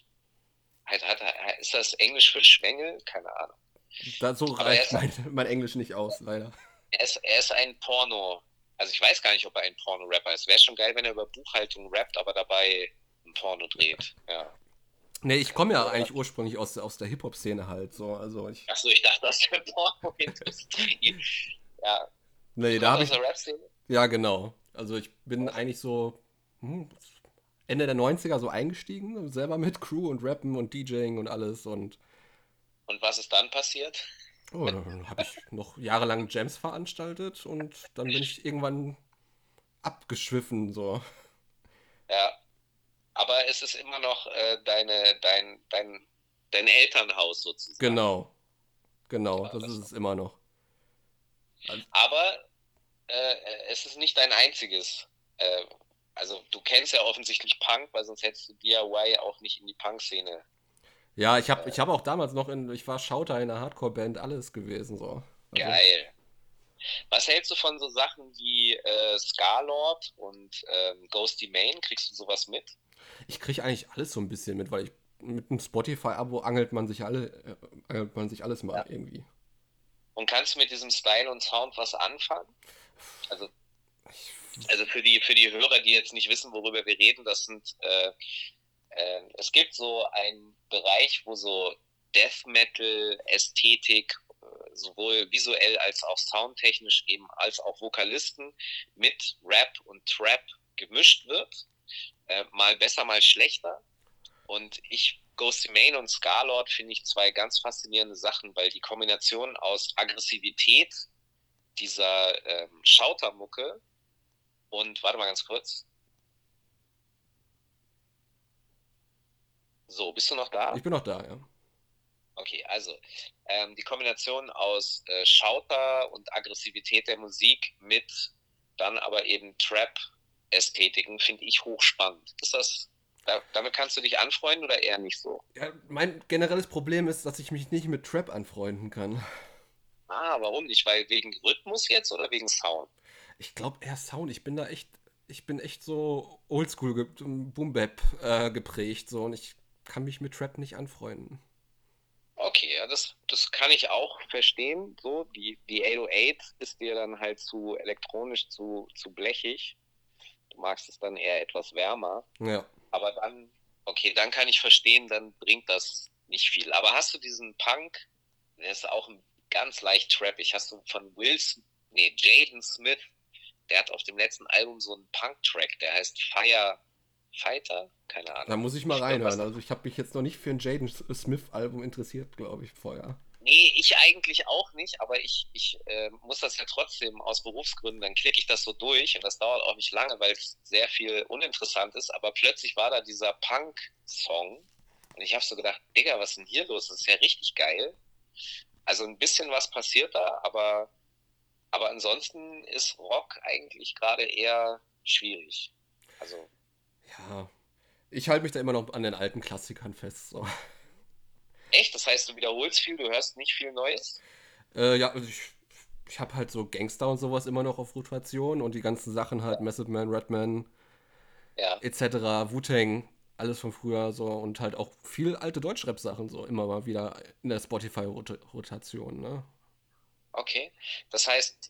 S1: Ist das Englisch für Schwengel? Keine Ahnung.
S2: So
S1: Aber
S2: reicht mein Englisch nicht aus, leider.
S1: Er ist ein Porno. Also ich weiß gar nicht, ob er ein Porno-Rapper ist. Wäre schon geil, wenn er über Buchhaltung rappt, aber dabei ein Porno dreht. Ja.
S2: Nee, ich komme ja eigentlich ursprünglich aus der Hip-Hop-Szene halt. So, also
S1: Achso, ich dachte, das wäre Porno-Industrie. Ja.
S2: Nee,
S1: Du
S2: da
S1: kommst
S2: habe
S1: aus
S2: ich.
S1: der Rap-Szene?
S2: Ja, genau. Also ich bin eigentlich so Ende der 90er so eingestiegen, selber mit Crew und Rappen und DJing und alles. Und
S1: Und was ist dann passiert?
S2: dann habe ich noch jahrelang Jams veranstaltet und dann bin ich irgendwann abgeschwiffen. So.
S1: Ja. Aber es ist immer noch dein Elternhaus sozusagen.
S2: Genau,
S1: Ja,
S2: das ist es immer noch. Also,
S1: aber es ist nicht dein einziges. Also du kennst ja offensichtlich Punk, weil sonst hättest du DIY auch nicht in die Punk-Szene.
S2: ja, ich hab auch damals noch ich war Schauter in einer Hardcore-Band, alles gewesen. So. Also
S1: Geil. Was hältst du von so Sachen wie Scarlord und Ghosty Mane? Kriegst du sowas mit?
S2: ich kriege eigentlich alles so ein bisschen mit, weil ich mit einem Spotify-Abo angelt man sich alles mal
S1: Ja.
S2: irgendwie.
S1: Und kannst du mit diesem Style und Sound was anfangen? Also,
S2: Ich,
S1: also für die Hörer, die jetzt nicht wissen, worüber wir reden, es gibt so einen Bereich, wo so Death Metal Ästhetik sowohl visuell als auch soundtechnisch eben als auch Vokalisten mit Rap und Trap gemischt wird. Mal besser, mal schlechter. Und Ghosty Mane und Scarlord finde ich zwei ganz faszinierende Sachen, weil die Kombination aus Aggressivität dieser Schautermucke und, warte mal ganz kurz. So, bist du noch da?
S2: ich bin noch da, ja.
S1: Okay, also die Kombination aus Schauter und Aggressivität der Musik mit dann aber eben Trap-Ästhetiken finde ich hochspannend. Damit kannst du dich anfreunden oder eher nicht so?
S2: Ja, mein generelles Problem ist, dass ich mich nicht mit Trap anfreunden kann.
S1: Ah, warum nicht? Weil wegen Rhythmus jetzt oder wegen Sound?
S2: Ich glaube eher Sound. Ich bin echt so Oldschool Boom Bap geprägt so und ich kann mich mit Trap nicht anfreunden.
S1: Okay, ja, das kann ich auch verstehen. So, die 808 ist dir dann halt zu elektronisch, zu blechig. Du magst es dann eher etwas wärmer.
S2: Ja.
S1: Aber dann, okay, dann kann ich verstehen, dann bringt das nicht viel. Aber hast du diesen Punk, der ist auch ganz leicht trappig, hast du von Jaden Smith, der hat auf dem letzten Album so einen Punk-Track, der heißt Fighter? Keine
S2: Da
S1: Ahnung.
S2: muss ich mal
S1: Irgendwas.
S2: reinhören. Also ich habe mich jetzt noch nicht für ein Jaden Smith-Album interessiert, glaube ich, vorher.
S1: Nee, ich eigentlich auch nicht, aber ich muss das ja trotzdem aus Berufsgründen, dann klicke ich das so durch und das dauert auch nicht lange, weil es sehr viel uninteressant ist, aber plötzlich war da dieser Punk-Song und ich habe so gedacht, Digga, was ist denn hier los? Das ist ja richtig geil. Also ein bisschen was passiert da, aber ansonsten ist Rock eigentlich gerade eher schwierig. Also,
S2: Ja. Ich halte mich da immer noch an den alten Klassikern fest. So.
S1: echt? Das heißt, du wiederholst viel, du hörst nicht viel Neues?
S2: Ja, also ich habe halt so Gangster und sowas immer noch auf Rotation und die ganzen Sachen halt Method Man, Redman
S1: Ja.
S2: etc., Wu-Tang, alles von früher so und halt auch viel alte Deutschrap-Sachen so immer mal wieder in der Spotify-Rotation, ne?
S1: Okay. Das heißt,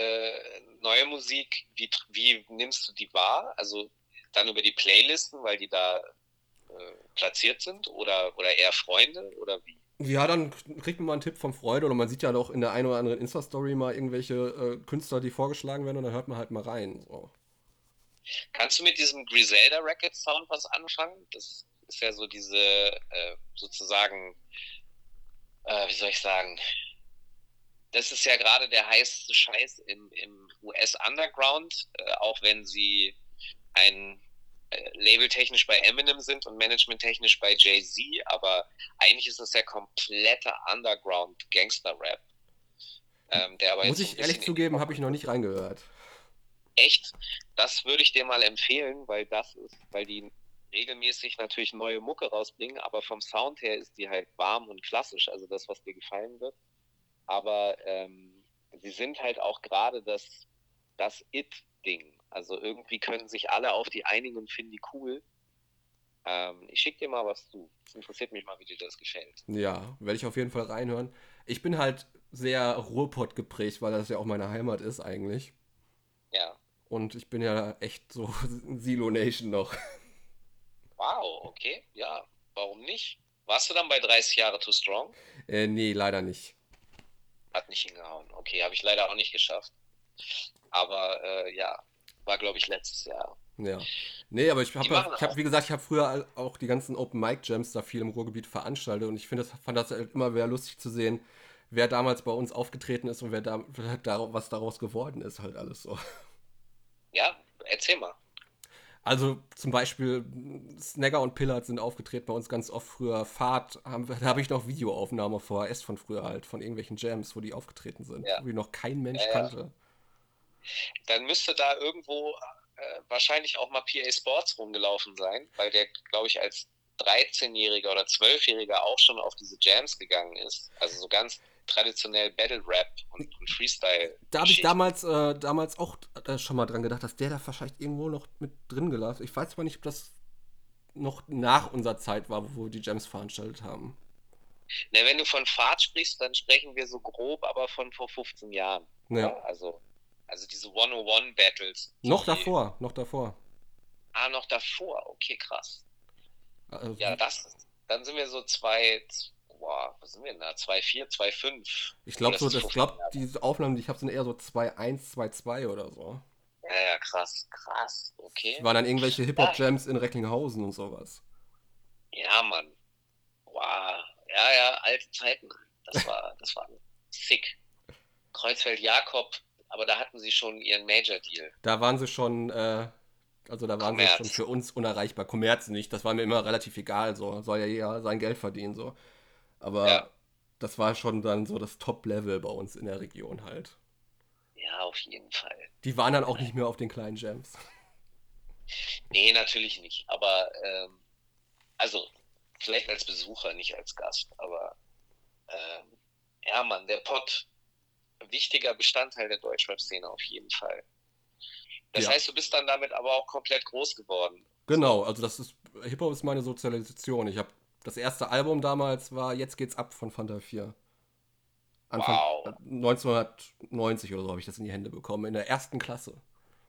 S1: neue Musik, wie nimmst du die wahr? Also dann über die Playlisten, weil die da platziert sind oder eher Freunde oder wie?
S2: Ja, dann kriegt man mal einen Tipp vom Freund oder man sieht ja auch in der einen oder anderen Insta-Story mal irgendwelche Künstler, die vorgeschlagen werden und dann hört man halt mal rein. So.
S1: Kannst du mit diesem Griselda Records Sound was anfangen? Das ist ja so diese sozusagen, wie soll ich sagen, das ist ja gerade der heißeste Scheiß im US-Underground, auch wenn sie ein labeltechnisch bei Eminem sind und managementtechnisch bei Jay-Z, aber eigentlich ist das ja kompletter Underground-Gangster-Rap. der aber
S2: Muss
S1: jetzt so ein
S2: ich ehrlich
S1: bisschen in die
S2: zugeben, habe ich noch
S1: Popkultur.
S2: nicht reingehört.
S1: Echt, das würde ich dir mal empfehlen, weil die regelmäßig natürlich neue Mucke rausbringen, aber vom Sound her ist die halt warm und klassisch, also das, was dir gefallen wird. Aber sie sind halt auch gerade das It-Ding. Also irgendwie können sich alle auf die einigen und finden die cool. Ich schicke dir mal was zu. Es interessiert mich mal, wie dir das gefällt.
S2: Ja, werde ich auf jeden Fall reinhören. Ich bin halt sehr Ruhrpott geprägt, weil das ja auch meine Heimat ist eigentlich.
S1: Ja.
S2: Und ich bin ja echt so Silo Nation noch.
S1: Wow, okay. Ja, warum nicht? Warst du dann bei 30 Jahre Too Strong?
S2: Nee, leider nicht.
S1: Hat nicht hingehauen. Okay, habe ich leider auch nicht geschafft. Aber ja, war glaube ich letztes Jahr.
S2: Ja. Nee, aber
S1: Die machen
S2: ich hab,
S1: auch.
S2: wie gesagt, ich habe früher auch die ganzen Open Mic Jams da viel im Ruhrgebiet veranstaltet und fand das halt immer wieder lustig zu sehen, wer damals bei uns aufgetreten ist und was daraus geworden ist, halt alles so.
S1: Ja, erzähl mal.
S2: Also zum Beispiel Snagger und Pillard sind aufgetreten bei uns ganz oft früher. Da habe ich noch Videoaufnahme VHS von früher halt, von irgendwelchen Jams, wo die aufgetreten sind,
S1: Ja,
S2: wo die noch kein Mensch
S1: ja, ja.
S2: kannte.
S1: Dann müsste da irgendwo wahrscheinlich auch mal PA Sports rumgelaufen sein, weil der, glaube ich, als 13-Jähriger oder 12-Jähriger auch schon auf diese Jams gegangen ist. Also so ganz traditionell Battle Rap und
S2: Da habe ich
S1: Freestyle-Geschichten.
S2: damals auch schon mal dran gedacht, dass der da wahrscheinlich irgendwo noch mit drin gelassen. Ich weiß aber nicht, ob das noch nach unserer Zeit war, wo wir die Jams veranstaltet haben.
S1: Na, wenn du von Fahrt sprichst, dann sprechen wir so grob, aber von vor 15 Jahren,
S2: Ja.
S1: oder? Also diese 101-Battles,
S2: Noch davor, noch davor.
S1: noch davor. Okay, krass.
S2: Also,
S1: Ja, dann sind wir so was sind wir denn da? 2,4, 2,5.
S2: ich
S1: Oh,
S2: glaube
S1: das
S2: so,
S1: ist
S2: ich
S1: 15
S2: glaube,
S1: Jahre.
S2: diese Aufnahmen, die ich habe, sind eher so 2-1, 2-2 oder so.
S1: Ja, ja, krass, krass.
S2: Das
S1: Okay.
S2: waren dann irgendwelche
S1: Ja,
S2: Hip-Hop-Jams in Recklinghausen und sowas.
S1: ja, Mann. Wow. Ja, ja, alte Zeiten. Das war sick. Kreuzfeld-Jakob, aber da hatten sie schon ihren Major-Deal.
S2: Da waren sie schon, da waren sie schon
S1: Kommerz.
S2: für uns unerreichbar. Kommerz nicht, das war mir immer relativ egal, so. Soll ja jeder sein Geld verdienen, so.
S1: Ja,
S2: Aber das war schon dann so das Top-Level bei uns in der Region halt.
S1: ja, auf jeden Fall.
S2: Die waren dann auch nicht mehr auf den kleinen Jams.
S1: Nee, natürlich nicht. Aber, also, vielleicht als Besucher, nicht als Gast. Aber, ja, Mann, der Pott, wichtiger Bestandteil der Deutschrap-Szene auf jeden Fall. Das
S2: Ja,
S1: heißt, du bist dann damit aber auch komplett groß geworden.
S2: genau.
S1: So,
S2: Also Hip-Hop ist meine Sozialisation. Das erste Album damals war Jetzt geht's ab von Fanta 4. Anfang
S1: wow.
S2: 1990 oder so habe ich das in die Hände bekommen, in der ersten Klasse.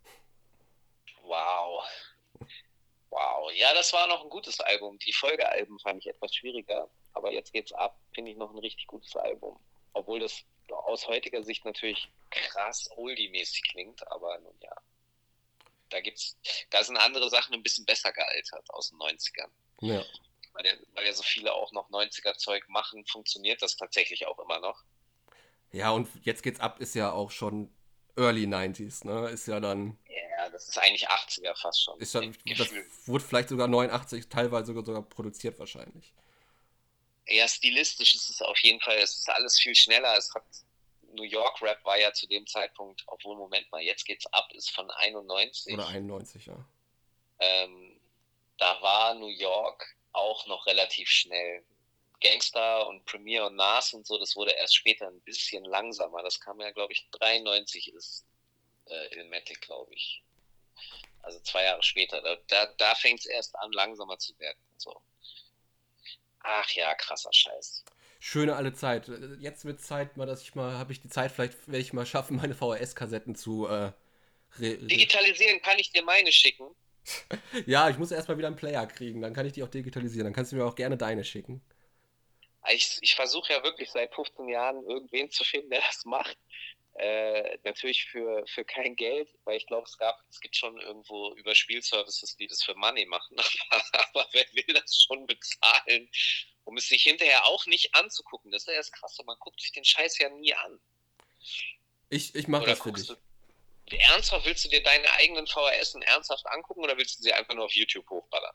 S1: Wow. Wow. Ja, das war noch ein gutes Album. Die Folgealben fand ich etwas schwieriger. Aber jetzt geht's ab, finde ich noch ein richtig gutes Album. Obwohl das aus heutiger Sicht natürlich krass oldie-mäßig klingt, aber nun ja. Da gibt's, da sind andere Sachen ein bisschen besser gealtert aus den 90ern.
S2: Ja.
S1: Weil ja so viele auch noch 90er-Zeug machen, funktioniert das tatsächlich auch immer noch.
S2: Ja, und Jetzt geht's ab ist ja auch schon Early 90s, ne? Ist ja dann,
S1: Ja, das ist eigentlich 80er fast schon.
S2: ist ja, das
S1: Gefühl.
S2: wurde vielleicht sogar 89 teilweise sogar produziert wahrscheinlich.
S1: Ja, stilistisch ist es auf jeden Fall, es ist alles viel schneller. New York Rap war ja zu dem Zeitpunkt, obwohl, Moment mal, jetzt geht's ab, ist von
S2: Oder
S1: 91.
S2: 91, ja.
S1: Ähm, Da war New York auch noch relativ schnell. Gangster und Premier und Nas und so, das wurde erst später ein bisschen langsamer. Das kam ja, glaube ich, 93 ist Illmatic, glaube ich. Also 2 Jahre später. Da fängt es erst an, langsamer zu werden. So. Ach ja, krasser Scheiß.
S2: Schöne alte Zeit. Jetzt wird Zeit, habe ich die Zeit, vielleicht werde ich mal schaffen, meine VHS-Kassetten zu re, re,
S1: Digitalisieren kann ich dir meine schicken.
S2: Ja, ich muss erstmal wieder einen Player kriegen, dann kann ich die auch digitalisieren. Dann kannst du mir auch gerne deine schicken.
S1: Ich versuche ja wirklich seit 15 Jahren irgendwen zu finden, der das macht. Natürlich für kein Geld, weil ich glaube, es gibt schon irgendwo über Spielservices, die das für Money machen. Aber wer will das schon bezahlen, um es sich hinterher auch nicht anzugucken? Das ist ja das Krasse, man guckt sich den Scheiß ja nie an.
S2: Ich mache
S1: Oder
S2: das für
S1: guckst du,
S2: dich.
S1: ernsthaft, willst du dir deine eigenen VHS ernsthaft angucken oder willst du sie einfach nur auf YouTube hochballern?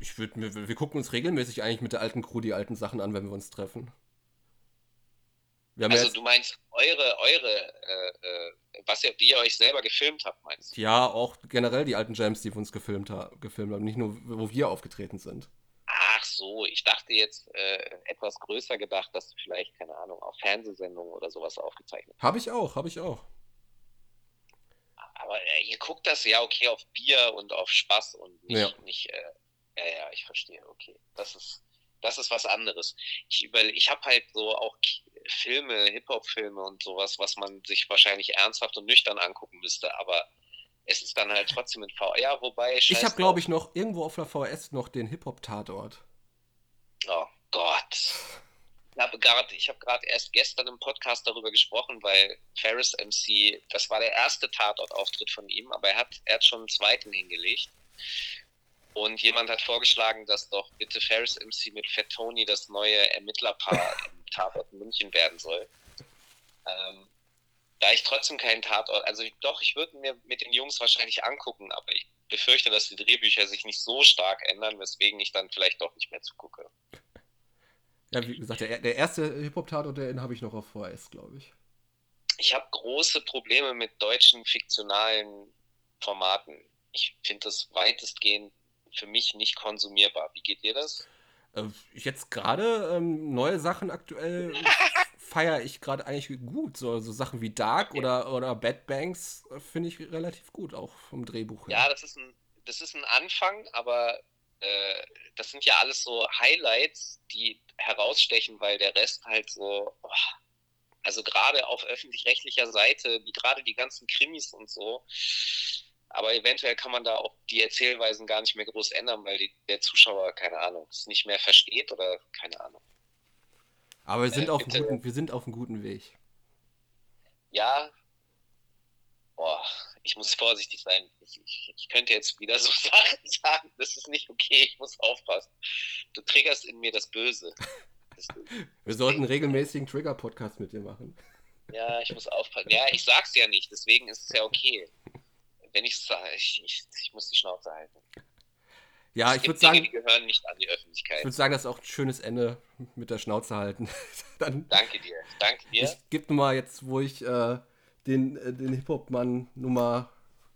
S2: Wir gucken uns regelmäßig eigentlich mit der alten Crew die alten Sachen an, wenn wir uns treffen. Wir haben ja
S1: Also
S2: jetzt,
S1: du meinst wie ihr euch selber gefilmt habt, meinst du?
S2: ja, auch generell die alten Gems, die wir uns gefilmt haben, nicht nur, wo wir aufgetreten sind.
S1: Ach so, ich dachte jetzt etwas größer gedacht, dass du vielleicht, keine Ahnung, auf Fernsehsendungen oder sowas aufgezeichnet hast.
S2: Habe ich auch.
S1: Aber ihr guckt das ja okay auf Bier und auf Spaß und
S2: Ja.
S1: nicht, ja, ich verstehe, okay. Das ist was anderes. Ich habe halt so auch Filme, Hip-Hop-Filme und sowas, was man sich wahrscheinlich ernsthaft und nüchtern angucken müsste, aber es ist dann halt trotzdem in VR, wobei,
S2: Ich habe,
S1: scheiß
S2: glaube
S1: drauf.
S2: ich, noch irgendwo auf der VHS noch den Hip-Hop-Tatort.
S1: Oh Gott. Ich hab gerade erst gestern im Podcast darüber gesprochen, weil Ferris MC, das war der erste Tatort-Auftritt von ihm, aber er hat schon einen zweiten hingelegt. Und jemand hat vorgeschlagen, dass doch bitte Ferris MC mit Fat Tony das neue Ermittlerpaar im Tatort München werden soll. Ähm, Da ich trotzdem keinen Tatort, also doch, ich würde mir mit den Jungs wahrscheinlich angucken, aber ich befürchte, dass die Drehbücher sich nicht so stark ändern, weswegen ich dann vielleicht doch nicht mehr zugucke.
S2: Ja, wie gesagt, der erste Hip-Hop-Tatort, den habe ich noch auf VHS, glaube ich.
S1: Ich habe große Probleme mit deutschen fiktionalen Formaten. Ich finde das weitestgehend für mich nicht konsumierbar. Wie geht dir das?
S2: Jetzt gerade neue Sachen aktuell feiere ich gerade eigentlich gut. So Sachen wie Dark
S1: Okay.
S2: oder Bad Banks finde ich relativ gut, auch vom Drehbuch her.
S1: Ja, das ist ein Anfang, aber das sind ja alles so Highlights, die herausstechen, weil der Rest halt so, also gerade auf öffentlich-rechtlicher Seite, gerade die ganzen Krimis und so, aber eventuell kann man da auch die Erzählweisen gar nicht mehr groß ändern, weil der Zuschauer, keine Ahnung, es nicht mehr versteht oder keine Ahnung.
S2: Aber
S1: Bitte,
S2: wir sind auf einem guten Weg.
S1: ja, boah, ich muss vorsichtig sein. Ich könnte jetzt wieder so Sachen sagen, das ist nicht okay, ich muss aufpassen. Du triggerst in mir das Böse. Das,
S2: Wir sollten einen
S1: deswegen,
S2: regelmäßigen Trigger-Podcast mit dir machen.
S1: ja, ich muss aufpassen. Ja, ich sag's ja nicht, deswegen ist es ja okay. Wenn ich es sage, ich muss die Schnauze halten.
S2: Ja,
S1: Es gibt Dinge, die gehören nicht an die
S2: ich
S1: Öffentlichkeit.
S2: würde sagen, das ist auch ein schönes Ende mit der Schnauze halten. Dann,
S1: Danke dir. Danke dir.
S2: ich gebe mal jetzt, wo ich den Hip-Hop-Mann Nummer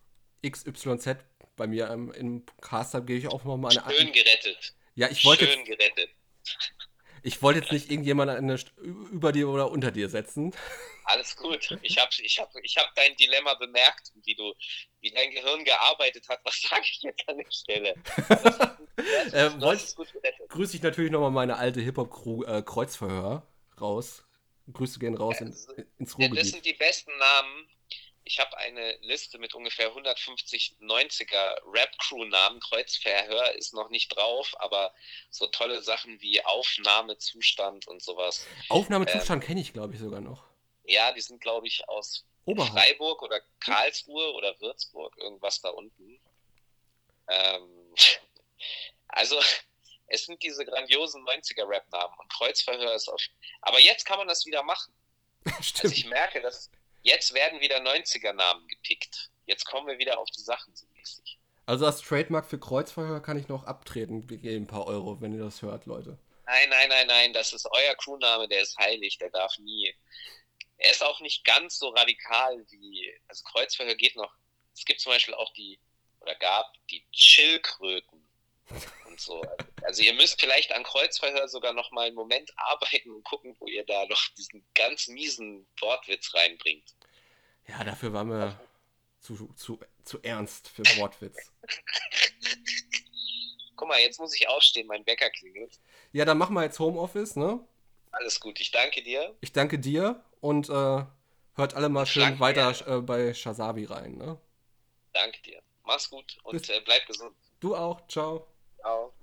S2: XYZ bei mir im Cast habe, gebe ich auch noch mal
S1: Schön gerettet.
S2: Ja,
S1: Schön gerettet.
S2: ich wollte jetzt nicht irgendjemand über dir oder unter dir setzen.
S1: Alles gut. Ich hab dein Dilemma bemerkt, wie dein Gehirn gearbeitet hat. Was sage ich jetzt an der Stelle? Du hast
S2: Wollte
S1: es gut gerettet.
S2: grüße ich natürlich nochmal meine alte Hip-Hop-Crew Kreuzverhör raus. Grüße gehen raus ins
S1: Das
S2: Ruhrgebiet.
S1: sind die besten Namen. Ich habe eine Liste mit ungefähr 150 90er Rap-Crew-Namen. Kreuzverhör ist noch nicht drauf, aber so tolle Sachen wie Aufnahmezustand und sowas.
S2: Aufnahmezustand kenne ich, glaube ich, sogar noch.
S1: Ja, die sind, glaube ich, aus
S2: Oberhaupt.
S1: Freiburg oder Karlsruhe oder Würzburg, irgendwas da unten. Ähm, also, es sind diese grandiosen 90er-Rap-Namen und Kreuzverhör ist auf. Aber jetzt kann man das wieder machen. Also,
S2: Stimmt.
S1: ich merke, dass jetzt werden wieder 90er-Namen gepickt. Jetzt kommen wir wieder auf die Sachen so mäßig.
S2: Also das Trademark für Kreuzverhör kann ich noch abtreten. Wir geben ein paar Euro, wenn ihr das hört, Leute.
S1: Nein, nein, nein, nein, das ist euer Crewname, der ist heilig, der darf nie. Er ist auch nicht ganz so radikal wie. Also, Kreuzverhör geht noch. Es gibt zum Beispiel auch oder gab die Chillkröten und so. Also ihr müsst vielleicht an Kreuzverhör sogar noch mal einen Moment arbeiten und gucken, wo ihr da noch diesen ganz miesen Wortwitz reinbringt.
S2: Ja, dafür waren wir zu ernst für Wortwitz.
S1: Guck mal, jetzt muss ich aufstehen, mein Wecker klingelt.
S2: Ja, dann machen wir jetzt Homeoffice, ne?
S1: Alles gut, ich danke dir
S2: Ich danke dir und hört alle mal
S1: und
S2: schön
S1: flank mir
S2: weiter
S1: gerne.
S2: bei Shazabi rein, ne?
S1: Danke dir. Mach's gut
S2: Bis
S1: und bleib gesund.
S2: du auch. Ciao.
S1: Ciao.